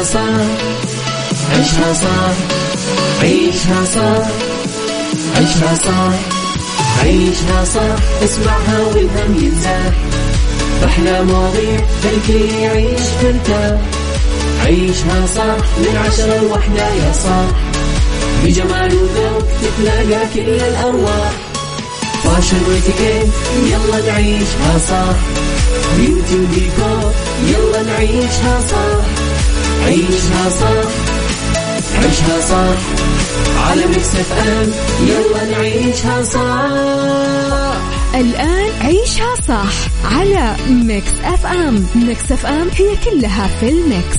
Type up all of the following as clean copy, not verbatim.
صح عيشها صح عيشها صح عيشها صح عيشها صح اسمعها والهم ينزاح أحلى مواضيع خلي يعيش مرتاح عيشها صح من 10 ل1 يا صاح بجمال وذوق تتلاقى كل الأرواح فاشل واتيكيت يلا نعيشها صح بيوتي وديكور يلا نعيشها صح عيشها صح عيشها صح على ميكس اف ام يلا نعيشها صح. الآن عيشها صح على ميكس اف ام. ميكس اف ام هي كلها في الميكس.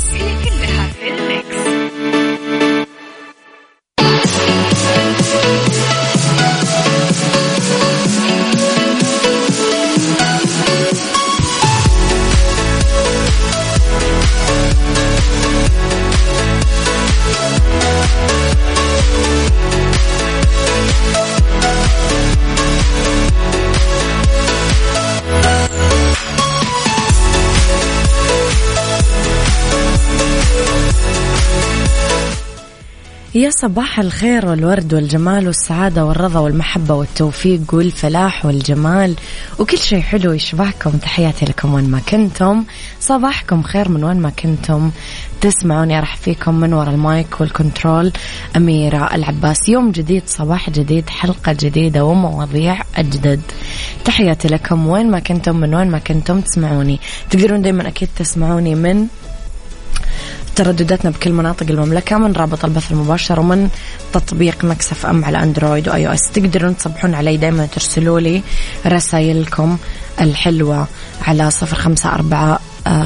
يا صباح الخير والورد والجمال والسعادة والرضا والمحبة والتوفيق والفلاح والجمال وكل شيء حلو يشبهكم. تحياتي لكم وين ما كنتم، صباحكم خير من وين ما كنتم تسمعوني. أرحب فيكم من وراء المايك والكنترول أميرة العباس. يوم جديد، صباح جديد، حلقة جديدة ومواضيع أجدد. تحياتي لكم وين ما كنتم من وين ما كنتم تسمعوني. تقدرون دايما أكيد تسمعوني من تردداتنا بكل مناطق المملكة، من رابط البث المباشر ومن تطبيق ميكس اف ام على اندرويد واي او اس. تقدرون تصبحون علي دايما، ترسلوا لي رسائلكم الحلوة على 054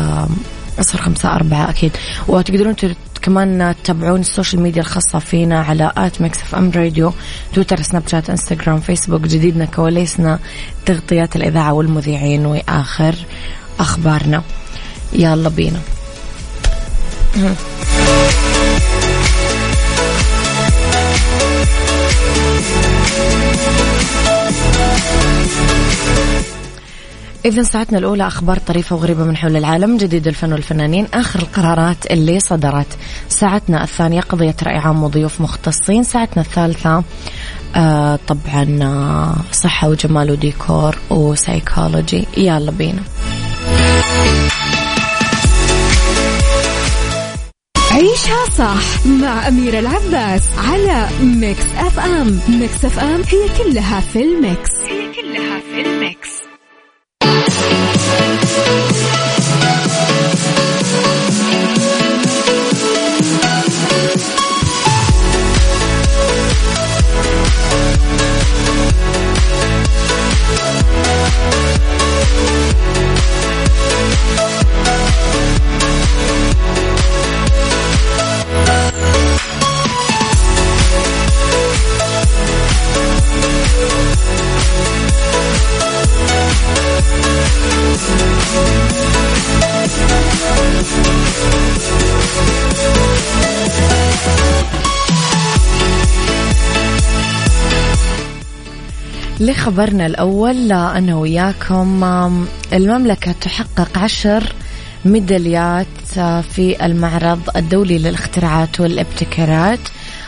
أكيد. وتقدرون كمان تتابعون السوشيال ميديا الخاصة فينا على @mixfmradio، تويتر، سناب شات، انستغرام، فيسبوك. جديدنا، كواليسنا، تغطيات الإذاعة والمذيعين وآخر أخبارنا. يلا بينا. إذن ساعتنا الأولى أخبار طريفة وغريبة من حول العالم، جديد الفن والفنانين، آخر القرارات اللي صدرت. ساعتنا الثانية قضية رأي عام وضيوف مختصين. ساعتنا الثالثة طبعا صحة وجمال وديكور وسايكولوجي. يلا بينا. عيشها صح مع أميرة العباس على ميكس اف ام. ميكس اف ام هي كلها في الميكس. لخبرنا الأول أنا وياكم، المملكة تحقق 10 ميداليات في المعرض الدولي للاختراعات والابتكارات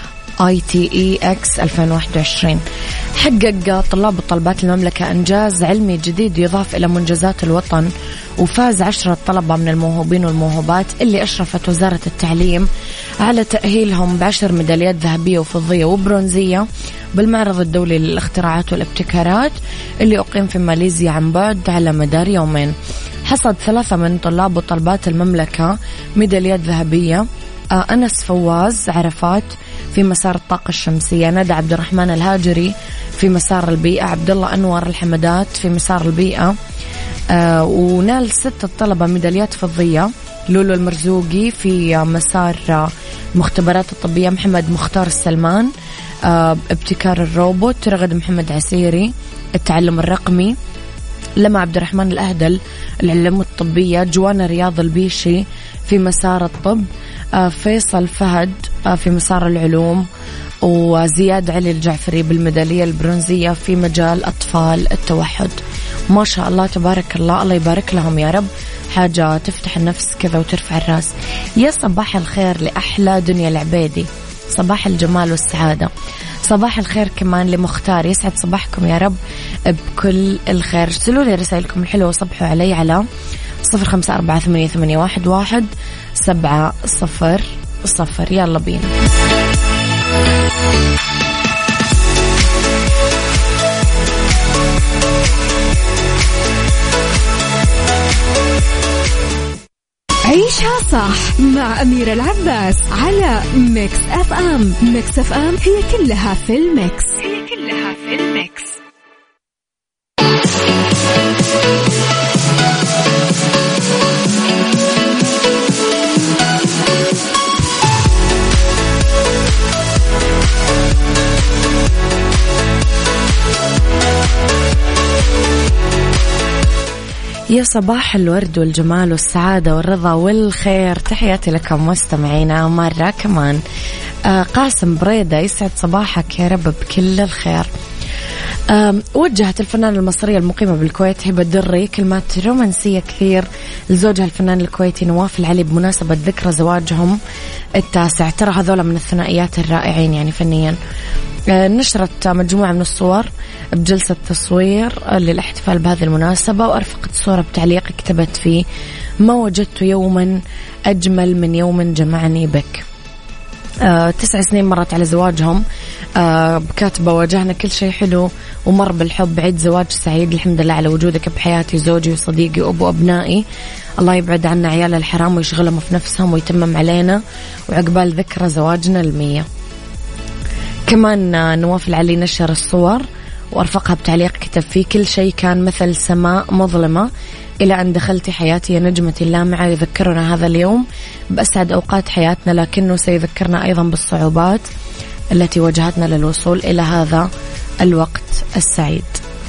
ITEX 2021. حقق طلاب وطلبات المملكة إنجاز علمي جديد يضاف إلى منجزات الوطن، وفاز 10 طلبة من الموهوبين والموهوبات اللي أشرفت وزارة التعليم على تأهيلهم ب10 ميداليات ذهبية وفضية وبرونزية بالمعرض الدولي للاختراعات والابتكارات اللي أقيم في ماليزيا عن بعد على مدار يومين. حصد 3 من طلاب وطلبات المملكة ميداليات ذهبية: أنس فواز عرفات في مسار الطاقة الشمسية، ندى عبد الرحمن الهاجري في مسار البيئة، عبد الله أنور الحمدات في مسار البيئة. ونال 6 طلبة ميداليات فضية: لولو المرزوقي في مسار المختبرات الطبية، محمد مختار السلمان ابتكار الروبوت، رغد محمد عسيري التعلم الرقمي، لما عبد الرحمن الأهدل العلوم الطبية، جوانا رياض البيشي في مسار الطب، فيصل فهد في مسار العلوم، وزياد علي الجعفري بالميدالية البرونزية في مجال أطفال التوحد. ما شاء الله تبارك الله، الله يبارك لهم يا رب. حاجة تفتح النفس كذا وترفع الراس. يا صباح الخير لأحلى دنيا العبيدي، صباح الجمال والسعادة. صباح الخير كمان لمختار، يسعد صباحكم يا رب بكل الخير. ارسلوا لي رسائلكم الحلوة وصبحوا علي على 0548811700. يلا بينا. عيشها صح مع أميرة العباس على ميكس أف أم. ميكس أف أم هي كلها في الميكس، هي كلها في الميكس. يا صباح الورد والجمال والسعادة والرضا والخير، تحياتي لكم مستمعينا مرة كمان. قاسم بريدة، يسعد صباحك يا رب بكل الخير. وجهت الفنانة المصرية المقيمة بالكويت هبة دري كلمات رومانسية كثير لزوجها الفنان الكويتي نواف العلي بمناسبة ذكرى زواجهم التاسع. ترى هذولا من الثنائيات الرائعين يعني فنيا. نشرت مجموعة من الصور بجلسة تصوير للاحتفال بهذه المناسبة، وأرفقت صورة بتعليق كتبت فيه: ما وجدت يوما أجمل من يوم جمعني بك. 9 سنين مرت على زواجهم. كاتبة: واجهنا كل شيء حلو ومر بالحب، عيد زواج سعيد، الحمد لله على وجودك بحياتي، زوجي وصديقي وأبو أبنائي، الله يبعد عنا عيال الحرام ويشغلهم في نفسهم ويتمم علينا، وعقبال ذكرى زواجنا 100. كمان نواف العلي نشر الصور وأرفقها بتعليق كتب فيه: كل شيء كان مثل سماء مظلمة إلى أن دخلتي حياتي يا نجمتي اللامعة. يذكرنا هذا اليوم بأسعد أوقات حياتنا، لكنه سيذكرنا أيضا بالصعوبات التي واجهتنا للوصول إلى هذا الوقت السعيد.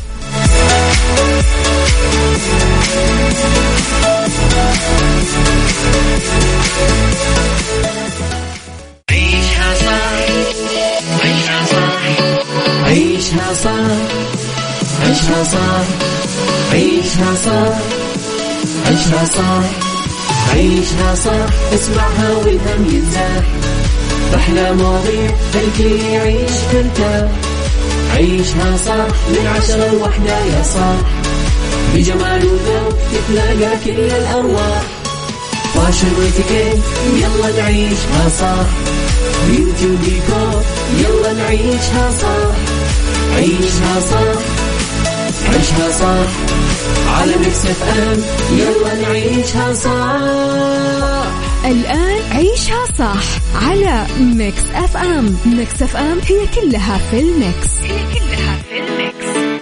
عيشها صح، عيشها صح، عيشها صح، عيشها صح، عيشها صح، اسمعها والهم ينزاح، أحلى مواضيع الكل يعيش ترتاح. عيشها صح من 10 ل1 يا صاح، بجمال وذوق تتلاقى كل الأرواح، فاشل واتيكيت يلا نعيشها صح، بيوتي وديكور يلا نعيشها صح. عيشها صح، عيشها صح، على ميكس اف ام يلا نعيشها صح. الآن عيشها صح على ميكس أف أم. ميكس أف أم هي كلها في الميكس، هي كلها في الميكس.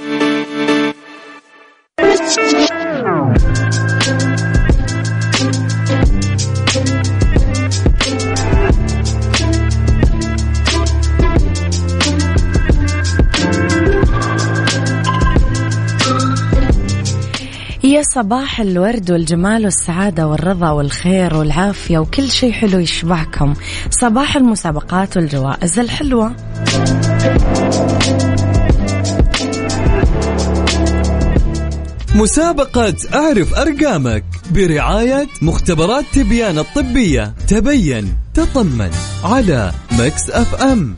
يا صباح الورد والجمال والسعادة والرضا والخير والعافية وكل شيء حلو يشبعكم. صباح المسابقات والجوائز الحلوة. مسابقة أعرف أرقامك برعاية مختبرات تبيان الطبية. تبين تطمن على ميكس أف أم.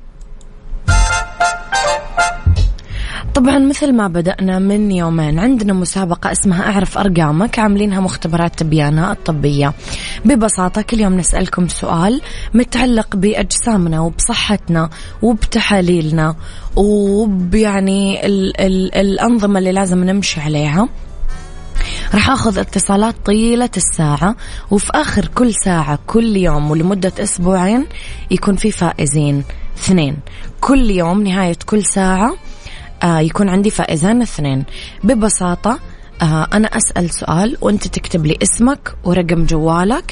طبعا مثل ما بدأنا من يومين عندنا مسابقة اسمها أعرف أرقامك، عاملينها مختبرات تبيانها الطبية. ببساطة كل يوم نسألكم سؤال متعلق بأجسامنا وبصحتنا وبتحاليلنا وبيعني الأنظمة اللي لازم نمشي عليها. راح أخذ اتصالات طيلة الساعة، وفي آخر كل ساعة كل يوم ولمدة أسبوعين يكون في فائزين 2. كل يوم نهاية كل ساعة يكون عندي فائزان 2. ببساطة أنا أسأل سؤال وأنت تكتب لي اسمك ورقم جوالك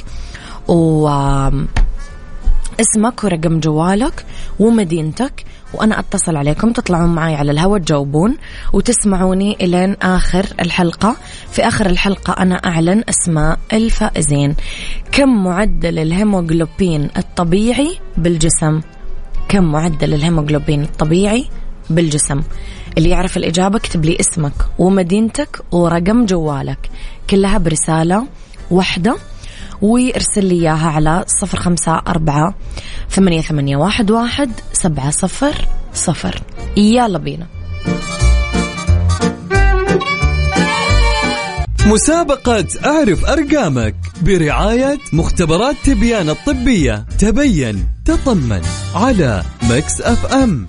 اسمك ورقم جوالك ومدينتك، وأنا أتصل عليكم تطلعون معي على الهواء تجاوبون وتسمعوني إلين آخر الحلقة. في آخر الحلقة أنا أعلن أسماء الفائزين. كم معدل الهيموغلوبين الطبيعي بالجسم؟ كم معدل الهيموغلوبين الطبيعي بالجسم؟ اللي يعرف الإجابة اكتب لي اسمك ومدينتك ورقم جوالك كلها برسالة واحدة وارسل لي إياها على 0548811700. يلا بينا. مسابقة أعرف أرقامك برعاية مختبرات تبيان الطبية. تبين تطمن على ميكس اف ام.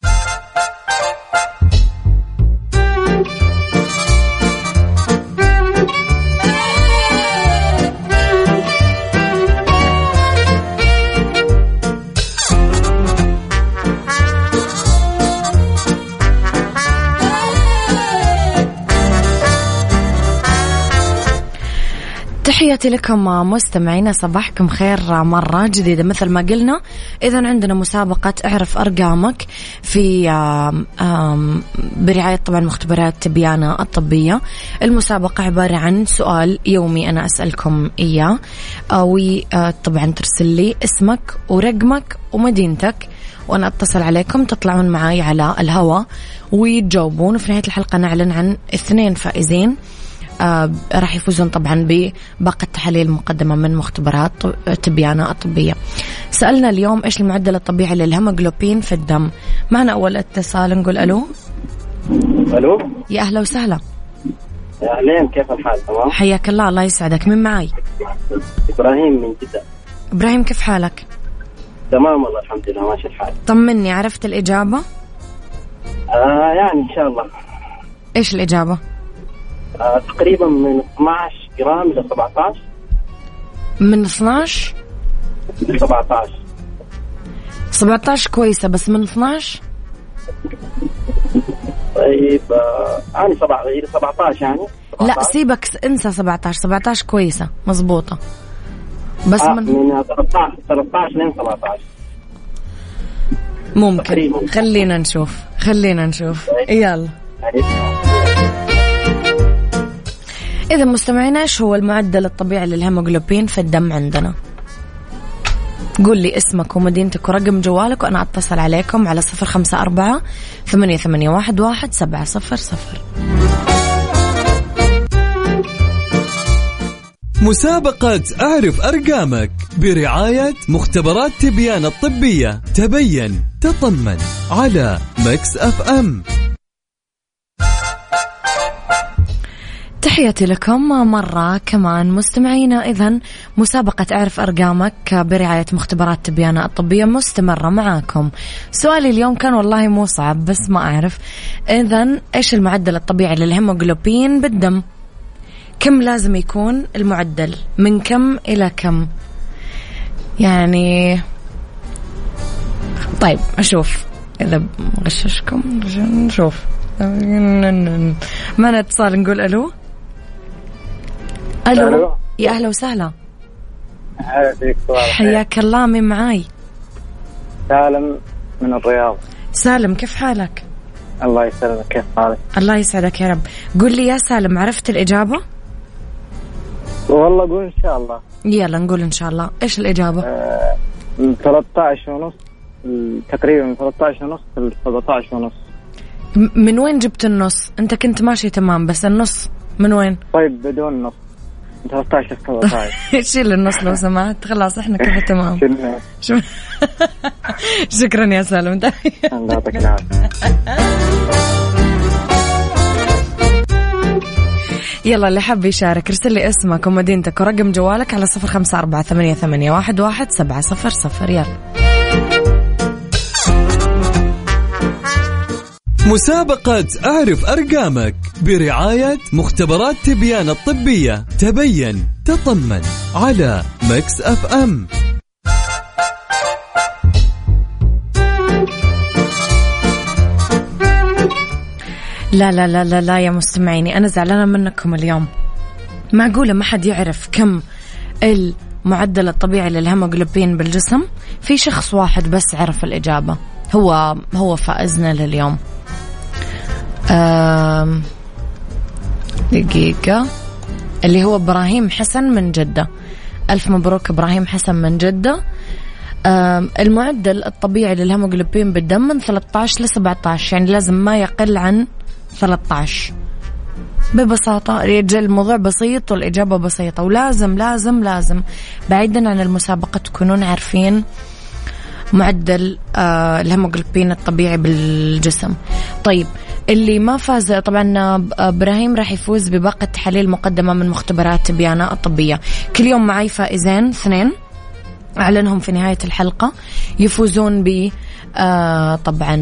تحياتي لكم مستمعينا، صباحكم خير مرة جديدة. مثل ما قلنا إذن عندنا مسابقة اعرف أرقامك في برعاية طبعا مختبرات تبيانة الطبية. المسابقة عبارة عن سؤال يومي أنا أسألكم إياه، وطبعا ترسل لي اسمك ورقمك ومدينتك وأنا أتصل عليكم، تطلعون معي على الهواء ويتجاوبون، وفي نهاية الحلقة نعلن عن 2 فائزين راح يفوزون طبعا بباقة تحاليل مقدمة من مختبرات تبيانة الطبية. سألنا اليوم إيش المعدل الطبيعي للهيموغلوبين في الدم. معنا أول اتصال، نقول ألو. ألو، يا أهلا وسهلا. أهلين، كيف الحال؟ تمام، حياك الله. الله يسعدك. من معي؟ إبراهيم من جدة. إبراهيم كيف حالك؟ تمام والله الحمد لله، ماشي الحال. طمني، عرفت الإجابة؟ يعني إن شاء الله. إيش الإجابة؟ تقريبا من 12 جرام إلى 17. من 12 ل 17. 17 كويسة، بس من 12 طيب. يعني 17 يعني 17. لا سيبك، انسى 17. 17 كويسة مزبوطة، بس من 13 لين 17 ممكن تقريبا. خلينا نشوف. يلا إذا مستمعينا، إيش هو المعدل الطبيعي للهيموغلوبين في الدم عندنا؟ قول لي اسمك ومدينتك ورقم جوالك وأنا أتصل عليكم على 0548811700. مسابقة أعرف أرقامك برعاية مختبرات تبيان الطبية. تبين تطمن على ميكس اف ام. تحياتي لكم مرة كمان مستمعينا. إذن مسابقة أعرف أرقامك برعاية مختبرات تبيانة الطبية مستمرة معاكم. سؤالي اليوم كان والله مو صعب، بس ما أعرف. إذن إيش المعدل الطبيعي للهيموغلوبين بالدم؟ كم لازم يكون المعدل؟ من كم إلى كم؟ يعني طيب أشوف إذا غششكم، نشوف. ما نتصال، نقول ألو. ألو، يا أهلا وسهلا. حياك الله. من معاي؟ سالم من الرياض. سالم كيف حالك؟ الله يسلمك، كيف حالك؟ الله يسعدك يا رب. قل لي يا سالم، عرفت الإجابة؟ والله قول إن شاء الله. يلا نقول إن شاء الله. إيش الإجابة؟ من 13.5 تقريبا، من 13.5 ل 17.5. من وين جبت النص؟ أنت كنت ماشي تمام، بس النص من وين؟ طيب بدون نص، 13 17. شيل النص لو سمحت، خلاص احنا كذا تمام. شكرا يا سالم. الله يعطيك العافية. يلا اللي حاب يشارك ارسل لي اسمك ومدينتك ورقم جوالك على 0548811700. يلا. مسابقة أعرف أرقامك برعاية مختبرات تبيان الطبية. تبين تطمن على ميكس اف ام. لا لا لا لا لا يا مستمعيني، أنا زعلانة منكم اليوم. معقولة ما حد يعرف كم المعدل الطبيعي للهيموغلوبين بالجسم؟ في شخص واحد بس عرف الإجابة، هو فائزنا لليوم. دقيقة، اللي هو إبراهيم حسن من جدة. ألف مبروك إبراهيم حسن من جدة. المعدل الطبيعي للهيموغلوبين بالدم من 13 ل 17، يعني لازم ما يقل عن 13. ببساطة رجال الموضوع بسيط والإجابة بسيطة، ولازم لازم لازم بعيدا عن المسابقة تكونون عارفين معدل الهيموغلوبين الطبيعي بالجسم. طيب اللي ما فاز طبعا إبراهيم راح يفوز بباقة تحاليل مقدمة من مختبرات تبيانة الطبية. كل يوم معي فائزين 2 أعلنهم في نهاية الحلقة يفوزون ب طبعا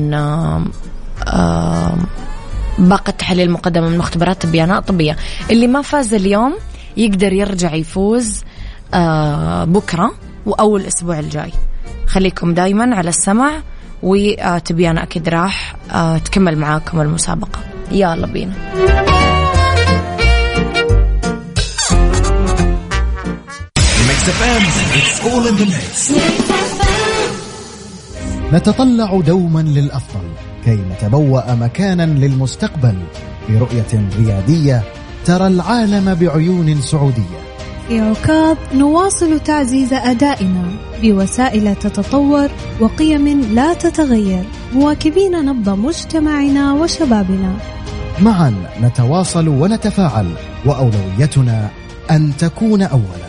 باقة تحاليل مقدمة من مختبرات تبيانة الطبية. اللي ما فاز اليوم يقدر يرجع يفوز بكرة وأول الأسبوع الجاي. خليكم دايما على السمع، وتبيانة أكيد راح تكمل معاكم المسابقة. يلا بينا. نتطلع دوما للأفضل كي نتبوأ مكانا للمستقبل برؤية ريادية ترى العالم بعيون سعودية. في عكاظ نواصل تعزيز أدائنا بوسائل تتطور وقيم لا تتغير، مواكبين نبض مجتمعنا وشبابنا. معا نتواصل ونتفاعل، وأولويتنا أن تكون أولا.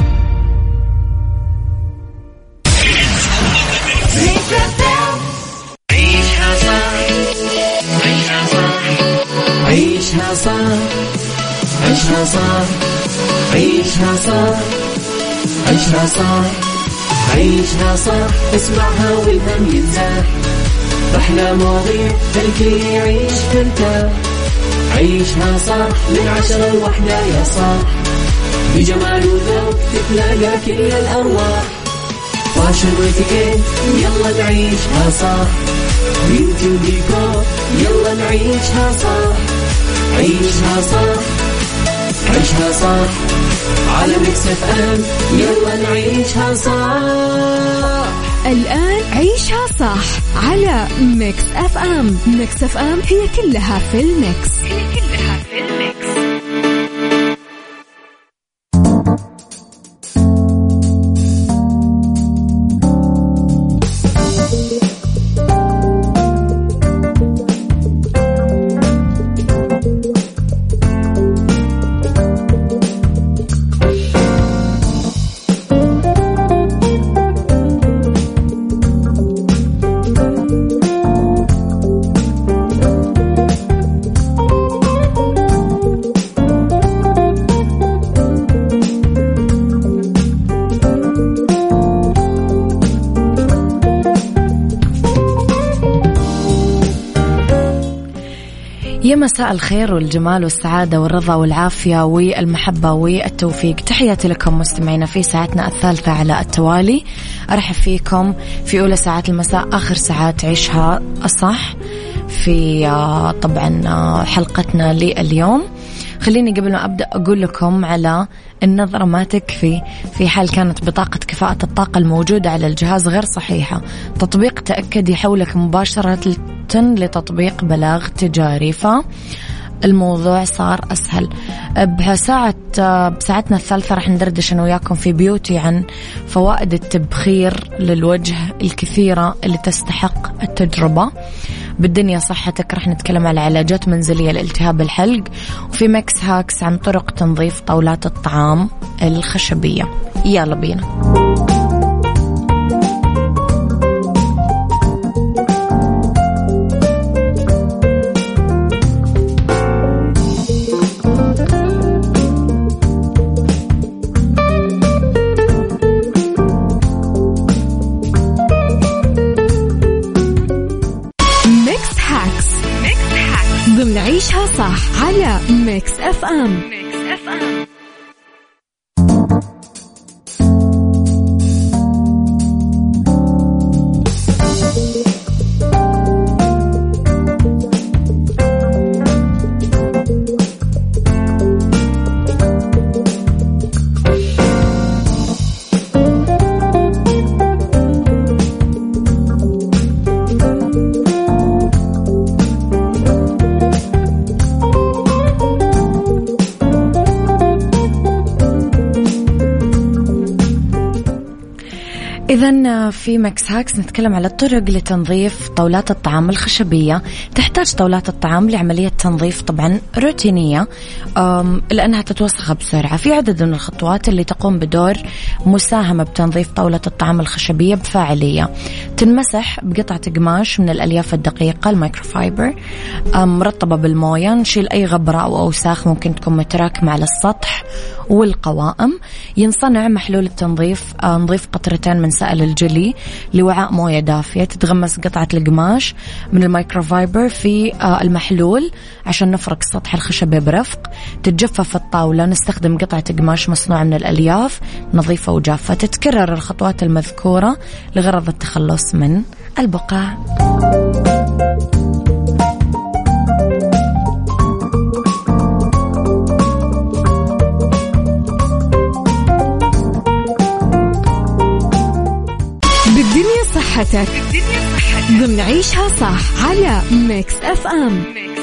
عيشها صح، عيشها صح، عيشها صح، عيشها صح، عيشها صح، اسمعها والهم ينزاح، أحلى مواضيع الكل يعيش ترتاح. عيشها صح من 10 ل1 يا صاح، بجمال وذوق تتلاقى كل الأرواح، فاشل واتيكيت يلا نعيشها صح، بيوتي وديكور يلا نعيشها صح. عيشها صح، عيشها صح، على ميكس اف ام يلا نعيشها صح. الآن عيشها صح على ميكس اف ام. ميكس اف ام هي كلها في الميكس، هي كلها في الميكس. يا مساء الخير والجمال والسعادة والرضا والعافية والمحبة والتوفيق. تحياتي لكم مستمعينا في ساعتنا الثالثة على التوالي. أرحب فيكم في أولى ساعات المساء، آخر ساعات عيشها الصح في طبعا حلقتنا لليوم. خليني قبل ما أبدأ أقول لكم على النظرة ما تكفي في حال كانت بطاقة كفاءة الطاقة الموجودة على الجهاز غير صحيحة. تطبيق تأكد يحولك مباشرة لتطبيق بلاغ تجاري، فالموضوع صار أسهل. بساعتنا الثالثة رح ندردش أنا وياكم في بيوتي عن فوائد التبخير للوجه الكثيرة اللي تستحق التجربة. بالدنيا صحتك رح نتكلم على علاجات منزلية لالتهاب الحلق، وفي ميكس هاكس عن طرق تنظيف طاولات الطعام الخشبية. يلا بينا. عيشها صح على ميكس اف ام. إذن في مكس هاكس نتكلم على الطرق لتنظيف طاولات الطعام الخشبية. تحتاج طاولات الطعام لعملية تنظيف طبعا روتينية لأنها تتوسخ بسرعة. في عدد من الخطوات اللي تقوم بدور مساهمة بتنظيف طاولة الطعام الخشبية بفاعلية. تنمسح بقطعة قماش من الألياف الدقيقة المايكروفايبر مرطبة بالموية. نشيل أي غبرة أو أوساخ ممكن تكون متراكمة على السطح والقوائم. ينصنع محلول التنظيف. نضيف قطرتين من سائل الجلي لوعاء موية دافية. تتغمس قطعة القماش من المايكروفايبر في المحلول عشان نفرك السطح الخشبي برفق. تتجفف الطاولة. نستخدم قطعة قماش مصنوعة من الألياف نظيفة وجافة. تتكرر الخطوات المذكورة لغرض التخلص من البقع. بالدنيا صحتك ضمن عيشها صح على ميكس اف ام.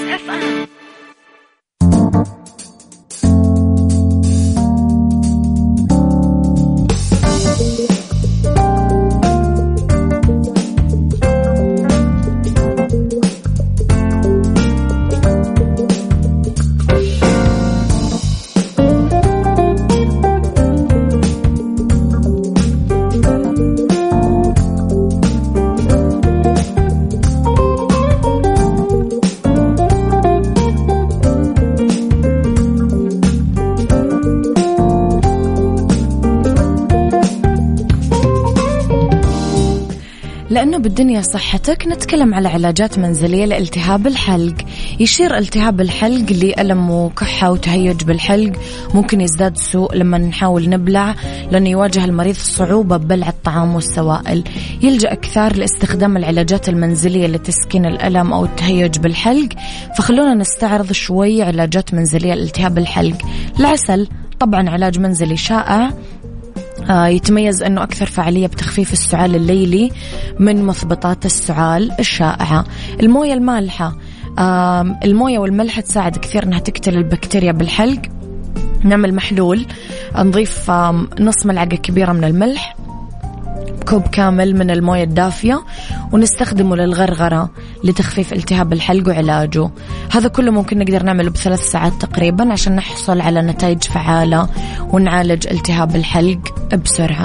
لأنه بالدنيا صحتك نتكلم على علاجات منزلية لالتهاب الحلق. يشير التهاب الحلق لألم وكحة وتهيج بالحلق. ممكن يزداد سوء لما نحاول نبلع لأنه يواجه المريض صعوبة ببلع الطعام والسوائل. يلجأ أكثر لاستخدام العلاجات المنزلية لتسكين الألم أو التهيج بالحلق. فخلونا نستعرض شوي علاجات منزلية لالتهاب الحلق. العسل طبعا علاج منزلي شائع يتميز أنه أكثر فعالية بتخفيف السعال الليلي من مثبطات السعال الشائعة. الموية المالحة. الموية والملح تساعد كثير أنها تقتل البكتيريا بالحلق. نعمل محلول. نضيف نص ملعقة كبيرة من الملح كوب كامل من الموية الدافية ونستخدمه للغرغرة لتخفيف التهاب الحلق وعلاجه. هذا كله ممكن نقدر نعمله ب3 ساعات تقريبا عشان نحصل على نتائج فعالة ونعالج التهاب الحلق بسرعة.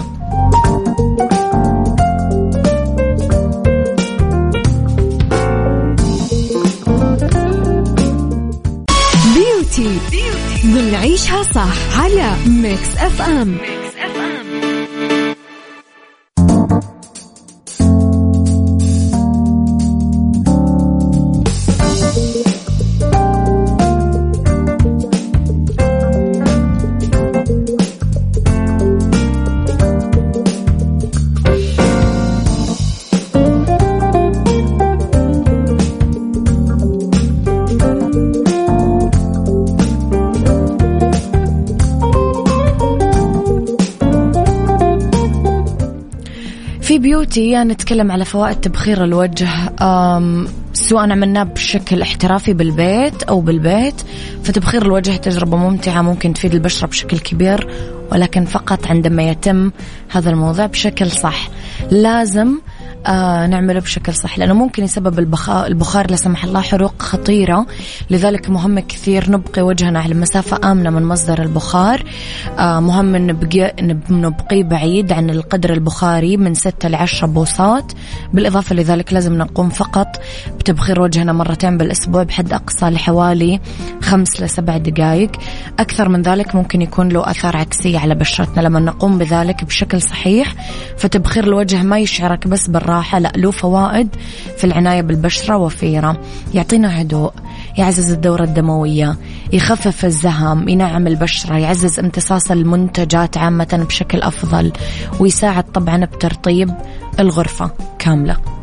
بيوتي ضمن عيشها صح على ميكس اف ام. في بيوتي نتكلم على فوائد تبخير الوجه سواء عملناه بشكل احترافي بالبيت أو بالبيت. فتبخير الوجه تجربة ممتعة ممكن تفيد البشرة بشكل كبير، ولكن فقط عندما يتم هذا الموضوع بشكل صح. لازم نعمله بشكل صح لأنه ممكن يسبب البخار لا سمح الله حروق خطيرة. لذلك مهم كثير نبقي وجهنا على مسافة آمنة من مصدر البخار. مهم نبقي بعيد عن القدر البخاري من 6 ل 10 بوصات. بالإضافة لذلك لازم نقوم فقط بتبخير وجهنا مرتين بالأسبوع بحد أقصى لحوالي 5 ل 7 دقائق. أكثر من ذلك ممكن يكون له آثار عكسية على بشرتنا لما نقوم بذلك بشكل صحيح. فتبخير الوجه ما يشعرك بس بالراحة، لا، له فوائد في العناية بالبشرة وفيرة. يعطينا هدوء، يعزز الدورة الدموية، يخفف الزهم، ينعم البشرة، يعزز امتصاص المنتجات عامة بشكل أفضل، ويساعد طبعا بترطيب الغرفة كاملة.